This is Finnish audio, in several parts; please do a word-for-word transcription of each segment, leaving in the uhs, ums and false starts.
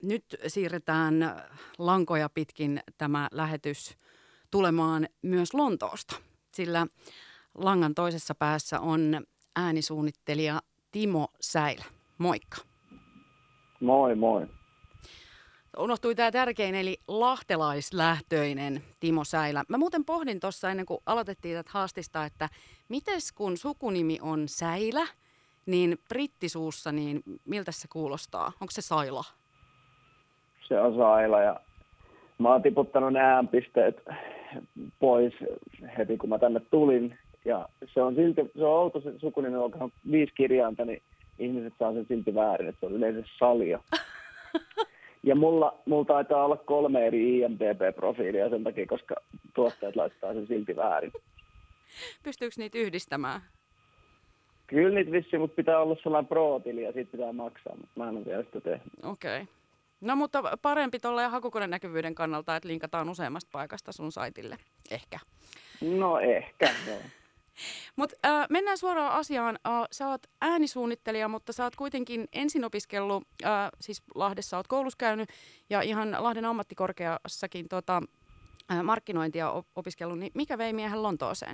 nyt siirretään lankoja pitkin tämä lähetys tulemaan myös Lontoosta, sillä langan toisessa päässä on äänisuunnittelija Timo Säilä. Moikka. Moi moi. Unohtui tämä tärkein, eli lahtelaislähtöinen Timo Säilä. Mä muuten pohdin tuossa ennen kuin aloitettiin tätä haastista, että mites kun sukunimi on Säilä, niin brittisuussa, niin miltä se kuulostaa? Onko se Saila? Se on Saila ja mä oon tiputtanut ne äänpisteet pois heti kun mä tänne tulin. Ja se on silti, se on outo se sukunimi, on viisi kirjainta, niin ihmiset saa sen silti väärin, että se on yleensä Salja. Ja mulla, mulla taitaa olla kolme eri I M D B-profiilia sen takia, koska tuottajat laittaa sen silti väärin. Pystyykö niitä yhdistämään? Kyllä niitä vissiin, mutta pitää olla sellainen pro-tili ja siitä pitää maksaa, mutta mä en ole vielä sitä tehnyt. Okei. Okay. No mutta parempi tuolla hakukoneen näkyvyyden kannalta, että linkataan useammasta paikasta sun saitille. Ehkä. No ehkä, joo. Mutta äh, mennään suoraan asiaan. Äh, sä oot äänisuunnittelija, mutta sä oot kuitenkin ensin opiskellut, äh, siis Lahdessa oot koulussa käynyt ja ihan Lahden ammattikorkeassakin tota, äh, markkinointia op- opiskellut. Niin mikä vei miehen Lontooseen?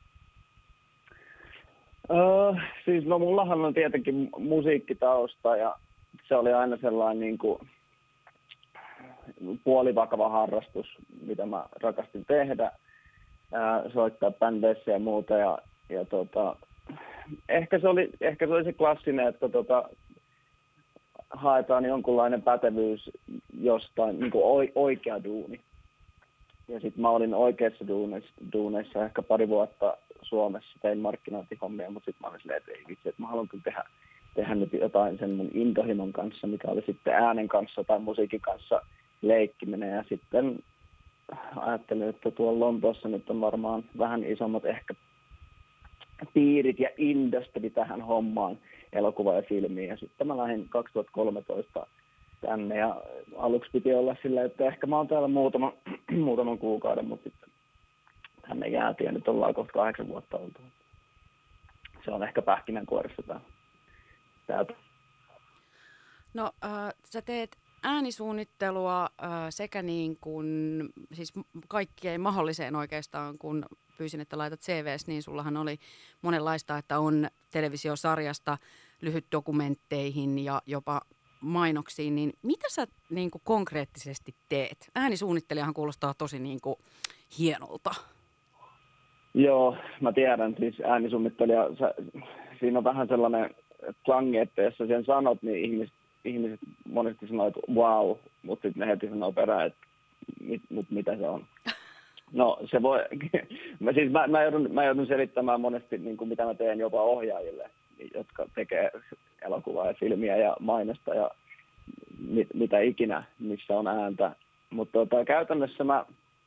Uh, siis no mullahan on tietenkin musiikkitausta ja se oli aina sellainen niin kuin puolivakava harrastus, mitä mä rakastin tehdä. Ää, soittaa bändeissä ja muuta ja, ja tota, ehkä, se oli, ehkä se oli se klassinen, että tota, haetaan jonkunlainen pätevyys jostain, niin kuin oikea duuni. Ja sitten mä olin oikeassa duuneissa, duuneissa ehkä pari vuotta Suomessa, tein markkinointihommia, mutta sitten mä olin silleen, että ei vitsi, että mä haluan kyllä tehdä, tehdä nyt jotain sen mun intohimon kanssa, mikä oli sitten äänen kanssa tai musiikin kanssa leikkiminen ja sitten ajattelin, että tuolla Lontoossa nyt on varmaan vähän isommat ehkä piirit ja industry tähän hommaan, elokuva ja filmiin. Ja sitten mä lähdin kaksituhattakolmetoista tänne ja aluksi piti olla silleen, että ehkä mä oon täällä muutaman, muutaman kuukauden, mutta sitten tänne jäätiin ja nyt ollaan kohta kahdeksan vuotta oltu. Se on ehkä pähkinänkuoressa tää. täältä. No äh, sä teet äänisuunnittelua äh, sekä niin kuin, siis kaikkeen mahdolliseen oikeastaan, kun pyysin, että laitat C V:s, niin sullahan oli monenlaista, että on televisiosarjasta lyhyt dokumentteihin ja jopa mainoksiin, niin mitä sä niin kuin konkreettisesti teet? Äänisuunnittelijahan kuulostaa tosi niin kuin hienolta. Joo, mä tiedän, siis äänisuunnittelija, sä, siinä on vähän sellainen klangi, että jos sä sen sanot, niin ihmiset Ihmiset monesti sanoo, että wow, mutta sitten ne heti sanoo perään, että mit, mut mitä se on. No se voi, mä, siis mä, mä, joudun, mä joudun selittämään monesti, niin kuin mitä mä teen jopa ohjaajille, jotka tekee elokuvaa ja filmiä ja mainosta ja mit, mitä ikinä, missä on ääntä. Mutta tota, käytännössä mä,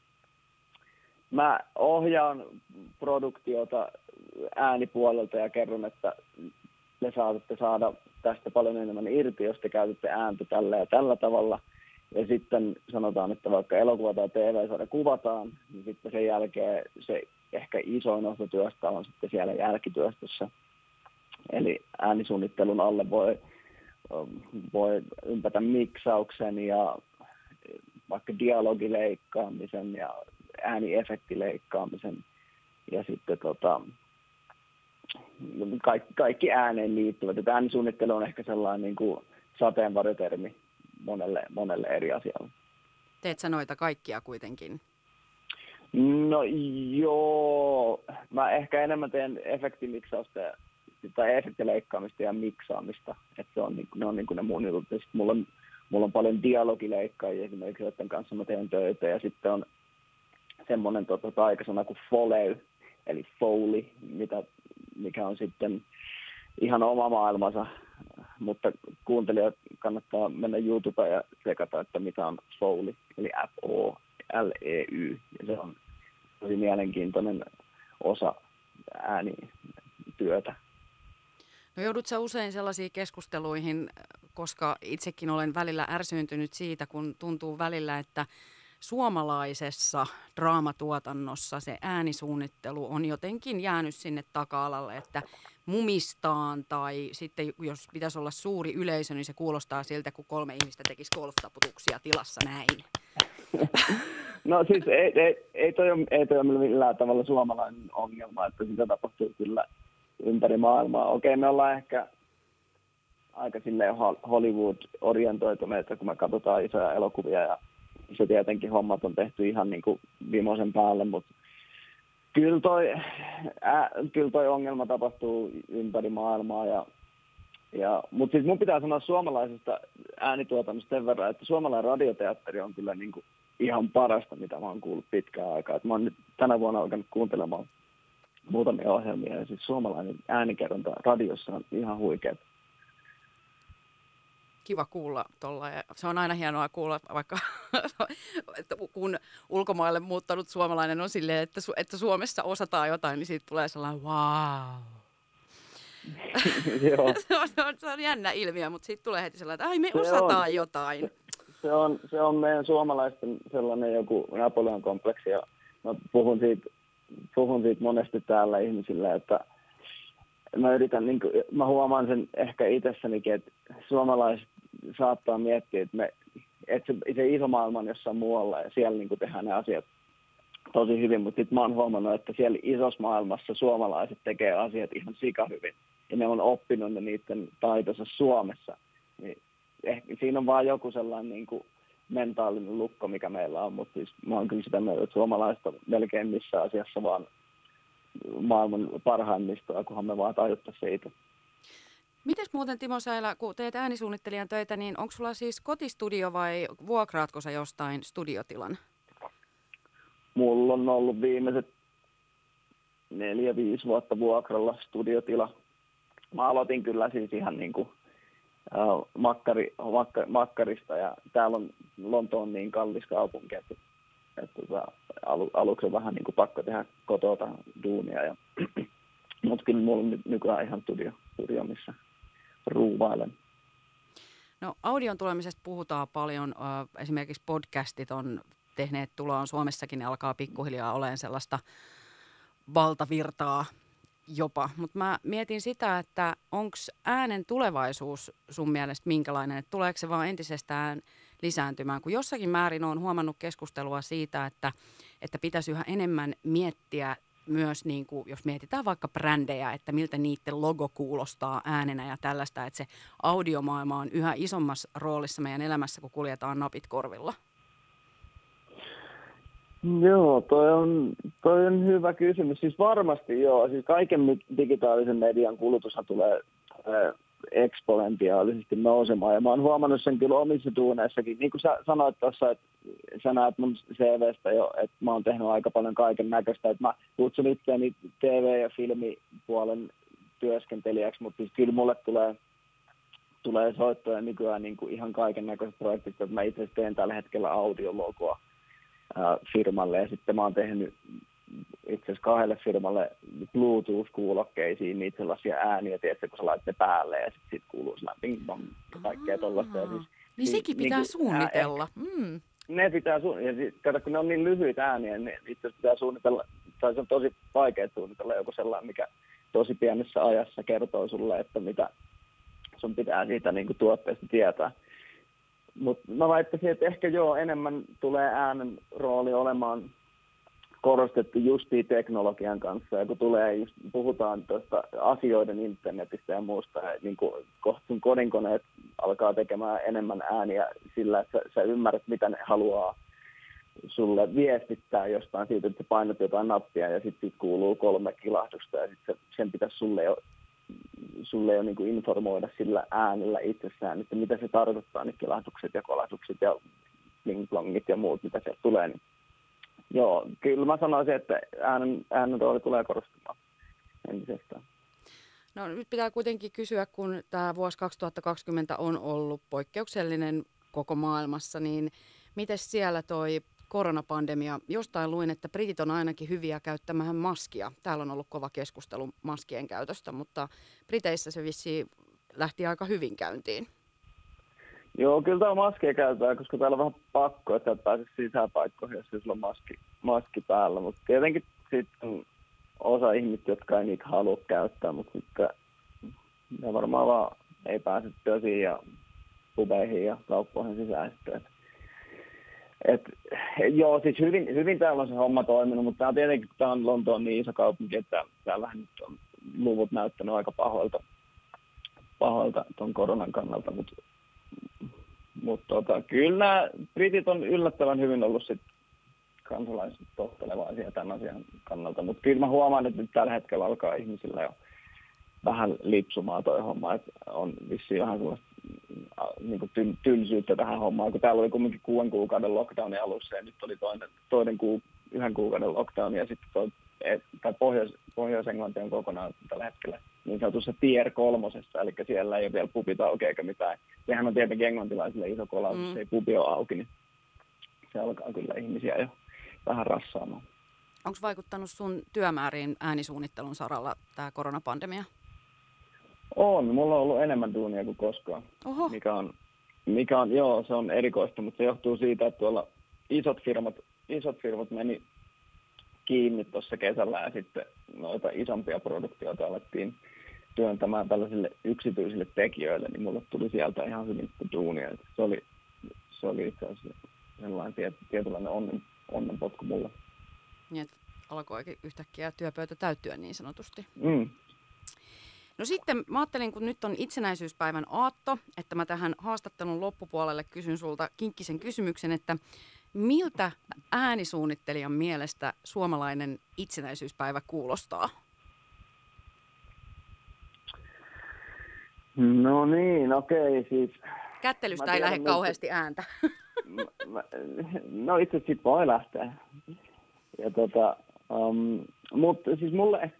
mä ohjaan produktiota äänipuolelta ja kerron, että te saatatte saada tästä paljon enemmän irti, jos te käytätte ääntä tällä ja tällä tavalla. Ja sitten sanotaan, että vaikka elokuva tai T V-sarja kuvataan, niin sitten sen jälkeen se ehkä isoin osa työstä on sitten siellä jälkityöstössä. Eli äänisuunnittelun alle voi, voi ympätä miksauksen ja vaikka dialogileikkaamisen ja ääniefektileikkaamisen ja sitten tota, kaikki, kaikki ääneen liittyvät. Että äänisuunnittelu on ehkä sellainen niin kuin sateenvarjotermi monelle, monelle eri asialle. Teet sä noita kaikkia kuitenkin? No joo, mä ehkä enemmän teen efektimiksausta tai efektileikkaamista ja miksaamista. Että se on, ne on niin kuin ne mun jutut. Ja sitten mulla on, mulla on paljon dialogileikkaajia esimerkiksi, joiden kanssa mä teen töitä. Ja sitten on semmoinen tota, taikasana kuin foley, eli foley, mitä, mikä on sitten ihan oma maailmansa. Mutta kuuntelijat kannattaa mennä YouTubeen ja tsekata, että mitä on foley, eli F O L E Y. Ja se on tosi mielenkiintoinen osa äänityötä. No joudut sä usein sellaisiin keskusteluihin, koska itsekin olen välillä ärsyyntynyt siitä, kun tuntuu välillä, että suomalaisessa draamatuotannossa se äänisuunnittelu on jotenkin jäänyt sinne taka-alalle, että mumistaan tai sitten jos pitäisi olla suuri yleisö, niin se kuulostaa siltä, kun kolme ihmistä tekisi golftaputuksia tilassa näin. No siis ei, ei, ei, toi ole, ei toi ole millään tavalla suomalainen ongelma, että sitä tapahtuu kyllä ympäri maailmaa. Okei, me ollaan ehkä aika silleen Hollywood-orientoituneita, kun me katsotaan isoja elokuvia ja se tietenkin hommat on tehty ihan niin kuin viimeisen päälle, mutta kyllä toi, ää, kyllä toi ongelma tapahtuu ympäri maailmaa. Ja, ja, mutta siis mun pitää sanoa suomalaisesta äänituotannosta sen verran, että suomalainen radioteatteri on kyllä niin kuin ihan parasta, mitä mä oon kuullut pitkään aikaa. Et mä oon nyt tänä vuonna alkanut kuuntelemaan muutamia ohjelmia ja siis suomalainen äänikerronta radiossa on ihan huikeaa. Kiva kuulla tuolla. Ja se on aina hienoa kuulla, vaikka että kun ulkomaille muuttanut suomalainen on silleen, että, su- että Suomessa osataan jotain, niin siitä tulee sellainen wow. Joo. se, on, se, on, se on jännä ilmiö, mutta siitä tulee heti sellainen, että ai me se osataan on, jotain. Se, se, on, se on meidän suomalaisten sellainen joku Napoleon kompleksi ja mä puhun siitä, puhun siitä monesti täällä ihmisille, että mä yritän, niin kuin, mä huomaan sen ehkä itsessänikin, että suomalaiset saattaa miettiä, että, me, että se, se iso maailma on jossain muualla ja siellä niin kuin tehdään ne asiat tosi hyvin, mutta sitten mä oon huomannut, että siellä isossa maailmassa suomalaiset tekee asiat ihan sikahyvin ja ne on oppinut ne niiden taitonsa Suomessa. Niin ehkä siinä on vaan joku sellainen niin kuin mentaalinen lukko, mikä meillä on, mutta siis mä oon kyllä sitä mieltä, että suomalaiset on melkein missä asiassa vaan maailman parhaimmistoa, kunhan me vaan tajuttaa siitä. Mites muuten Timo Säilä, kun teet äänisuunnittelijan töitä, niin onko sulla siis kotistudio vai vuokraatko sä jostain studiotilan? Mulla on ollut viimeiset neljä, viisi vuotta vuokralla studiotila. Mä aloitin kyllä siis ihan niin kuin äh, makkari, makka, makkarista ja täällä on Lontoon niin kallis kaupunki, että, että tota, alu, aluksi on vähän niin kuin pakko tehdä kotota duunia. Ja, mutta kyllä mulla on nykyään ihan studio, studio missä ruuvailen. No audion tulemisesta puhutaan paljon. Esimerkiksi podcastit on tehneet tuloaan Suomessakin, ne alkaa pikkuhiljaa olemaan sellaista valtavirtaa jopa. Mutta mä mietin sitä, että onko äänen tulevaisuus sun mielestä minkälainen, että tuleeko se vaan entisestään lisääntymään, kun jossakin määrin on huomannut keskustelua siitä, että, että pitäisi yhä enemmän miettiä myös, niin kuin, jos mietitään vaikka brändejä, että miltä niiden logo kuulostaa äänenä ja tällaista, että se audiomaailma on yhä isommassa roolissa meidän elämässä, kun kuljetaan napit korvilla. Joo, toi on, toi on hyvä kysymys. Siis varmasti joo. Siis kaiken digitaalisen median kulutushan tulee äh, eksponentiaalisesti nousemaan. Ja mä oon huomannut sen kyllä omissa duuneissakin. Niin kuin sä sanoit tuossa, että sä näet mun C V:stä jo, että mä oon tehnyt aika paljon kaiken näköistä. Että mä kutsun itseäni T V- ja filmipuolen työskentelijäksi, mutta siis kyllä mulle tulee, tulee soittoja nykyään niin kuin ihan kaiken näköistä projektista. Mä itse teen tällä hetkellä audiologoa firmalle ja sitten mä oon tehnyt itse asiassa kahdelle firmalle Bluetooth-kuulokkeisiin niitä sellaisia ääniä, tiedätkö, kun sä laitat ne päälle ja sitten sit kuuluu sellainen ping-pong ja kaikkea tollaista. Ja siis, niin sekin pitää niin, suunnitella. Ää, mm. Ne pitää suunnitella. Ja siis, kato, kun ne on niin lyhyitä ääniä, niin itse asiassa pitää suunnitella, tai se on tosi vaikea suunnitella joku sellainen, mikä tosi pienessä ajassa kertoo sulle, että mitä sun pitää siitä niin kuin tuotteesta tietää. Mutta mä väittäisin, että ehkä joo, enemmän tulee äänen rooli olemaan korostettu justiin teknologian kanssa. Ja kun tulee just, puhutaan tuosta asioiden internetistä ja muusta, ja niin kuin kohta sun kodinkoneet alkaa tekemään enemmän ääniä sillä, että sä, sä ymmärrät, mitä ne haluaa sulle viestittää jostain siitä, että sä painat jotain nappia ja sitten sit kuuluu kolme kilahdusta ja sitten sen pitäisi sulle jo sulle jo niin kuin informoida sillä äänellä itsessään, että mitä se tarkoittaa, ne kilahdukset ja kolahdukset ja pling-plongit ja muut, mitä sieltä tulee. Niin joo, kyllä mä sanoisin, että äänen, äänen rooli tulee korostumaan entisestään. No nyt pitää kuitenkin kysyä, kun tämä vuosi kaksituhattakaksikymmentä on ollut poikkeuksellinen koko maailmassa, niin miten siellä toi koronapandemia, jostain luin, että britit on ainakin hyviä käyttämään maskia. Täällä on ollut kova keskustelu maskien käytöstä, mutta Briteissä se vissiin lähti aika hyvin käyntiin. Joo, kyllä täällä maskia käytetään, koska täällä on vähän pakko, että et pääse sisäpaikkoihin, jos sulla on maski, maski päällä. Mutta tietenkin sitten osa ihmistä, jotka ei niitä halua käyttää, mutta sitten ne varmaan vaan ei pääse töihin ja pubeihin ja kauppoihin sisään sitten. Et, et, joo, siis hyvin, hyvin täällä on se homma toiminut, mutta tämä tietenkin, tämä on Lontoon niin iso kaupunki, että täällähän nyt on luvut näyttänyt aika pahoilta, pahoilta tuon koronan kannalta, mutta mut tota, kyllä nämä britit on yllättävän hyvin ollut sit kansalaiset tottelevaisia tämän asian kannalta, mutta kyllä mä huomaan, että nyt tällä hetkellä alkaa ihmisillä jo vähän lipsumaan toi homma, että on vissiin vähän sellaista niin kuin tyl- tylsyyttä tähän hommaan, kun täällä oli kuitenkin kuuden kuukauden lockdowni alussa ja nyt oli toinen, toinen kuu, yhden kuukauden lockdown ja sitten toi, et, tai Pohjois- Pohjois-Englanti on kokonaan tällä hetkellä niin sanotussa tier kolmosessa, eli siellä ei ole vielä pubit auki eikä mitään. Sehän on tietenkin englantilaisille iso kolaus, mm. jos ei pubi ole auki, niin se alkaa kyllä ihmisiä jo vähän rassaamaan. Onko vaikuttanut sun työmääriin äänisuunnittelun saralla tämä koronapandemia? On. Mulla on ollut enemmän duunia kuin koskaan. Oho. Mikä on, mikä on, joo, se on erikoista, mutta se johtuu siitä, että tuolla isot firmat, isot firmat meni kiinni tuossa kesällä ja sitten noita isompia produktioita alettiin työntämään tällaisille yksityisille tekijöille, niin mulle tuli sieltä ihan hyvin duunia. Se oli, se oli itse asiassa sellainen tiet, tietynlainen onnen, onnenpotku mulle. Niin, että alkoikin yhtäkkiä työpöytä täyttyä niin sanotusti. Mm. No sitten mä ajattelin, kun nyt on itsenäisyyspäivän aatto, että mä tähän haastattelun loppupuolelle kysyn sulta kinkkisen kysymyksen, että miltä äänisuunnittelijan mielestä suomalainen itsenäisyyspäivä kuulostaa? No niin, okei, siis... Kättelystä ei lähde miltä... kauheasti ääntä. Mä, mä, no itse asiassa voi lähteä. Ja tota, um, mutta siis mulle...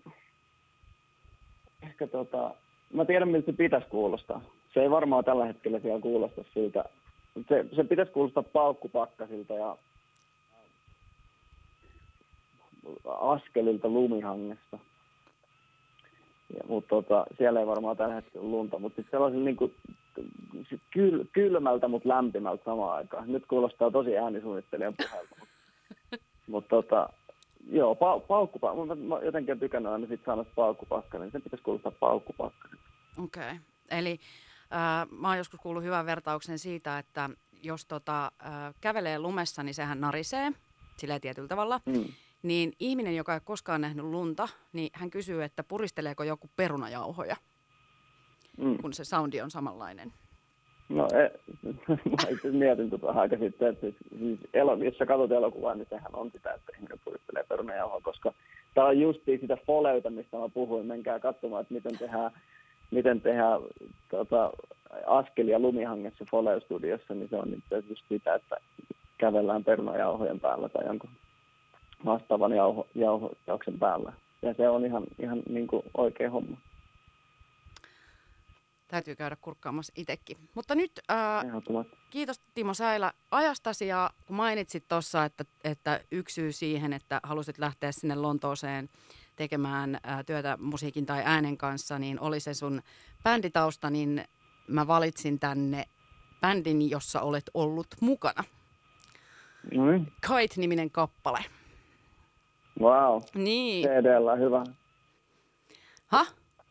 Ehkä tota, mä tiedän miltä se pitäisi kuulostaa. Se ei varmaan tällä hetkellä siellä kuulosta siltä. Se, se pitäisi kuulostaa paukkupakkasilta ja askelilta lumihangesta. Ja, mutta tota, siellä ei varmaan tällä hetkellä lunta, mutta sitten sellaisen niin kuin, kyl, kylmältä, mutta lämpimältä samaan aikaan. Nyt kuulostaa tosi äänisuunnittelijan puheelta. Mutta mut, tota, joo, pa, paukkupakka. Mä, mä jotenkin tykännyt aina siitä sanoa paukkupakka, niin sen pitäisi kuulostaa paukkupakka. Okei. Okay. Eli äh, mä oon joskus kuullut hyvän vertauksen siitä, että jos tota, äh, kävelee lumessa, niin sehän narisee, silleen tietyllä tavalla. Mm. Niin ihminen, joka ei ole koskaan nähnyt lunta, niin hän kysyy, että puristeleeko joku perunajauhoja, mm. kun se soundi on samanlainen. No, e, mä itse mietin tota aika sitten, että siis, siis elo, jos sä katsot elokuvaa, niin sehän on sitä, että ihminen puristelee perunajauhoa, koska tää on justiin sitä foleyta, mistä mä puhuin. Menkää katsomaan, että miten tehdään, miten tehdään tota, askelia lumihangessa Foley-studiossa, niin se on itse just sitä, että kävellään perunajauhojen päällä tai jonkun vastaavan jauho, jauhojauksen päällä. Ja se on ihan, ihan niin kuin oikea homma. Täytyy käydä kurkkaamassa itsekin. Mutta nyt ää, kiitos Timo Säilä ajastasi ja kun mainitsit tuossa, että, että yksi syy siihen, että halusit lähteä sinne Lontooseen tekemään ää, työtä musiikin tai äänen kanssa, niin oli se sun bänditausta, niin mä valitsin tänne bändin, jossa olet ollut mukana. Mm. Kite-niminen kappale. Wow. Niin. C D L hyvä. Ha?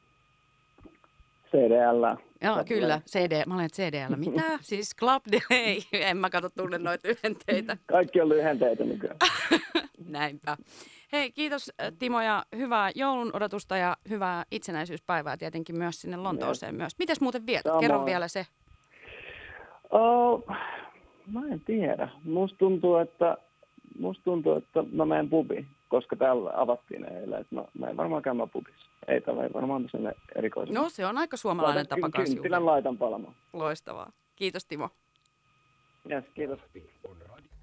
C D L. Joo, Club kyllä. C D. Mä olen C D L. Mitä? Siis Club Delay. En mä katso tunne noita lyhenteitä. Kaikki on lyhenteitä nykyään. Näinpä. Hei, kiitos Timo ja hyvää joulun odotusta ja hyvää itsenäisyyspäivää tietenkin myös sinne Lontooseen myös. Mites muuten vietät? Kerro vielä se. Oh, mä en tiedä. Musta tuntuu, että Musta tuntuu, että mä menen pubiin, koska täällä avattiin eilen. Mä, mä en varmaan käymään pubissa. Ei täällä ei varmaan sellainen erikoisen. No se on aika suomalainen laitan, tapa kanssa. Kynttilän laitan palamaan. Loistavaa. Kiitos Timo. Yes, kiitos.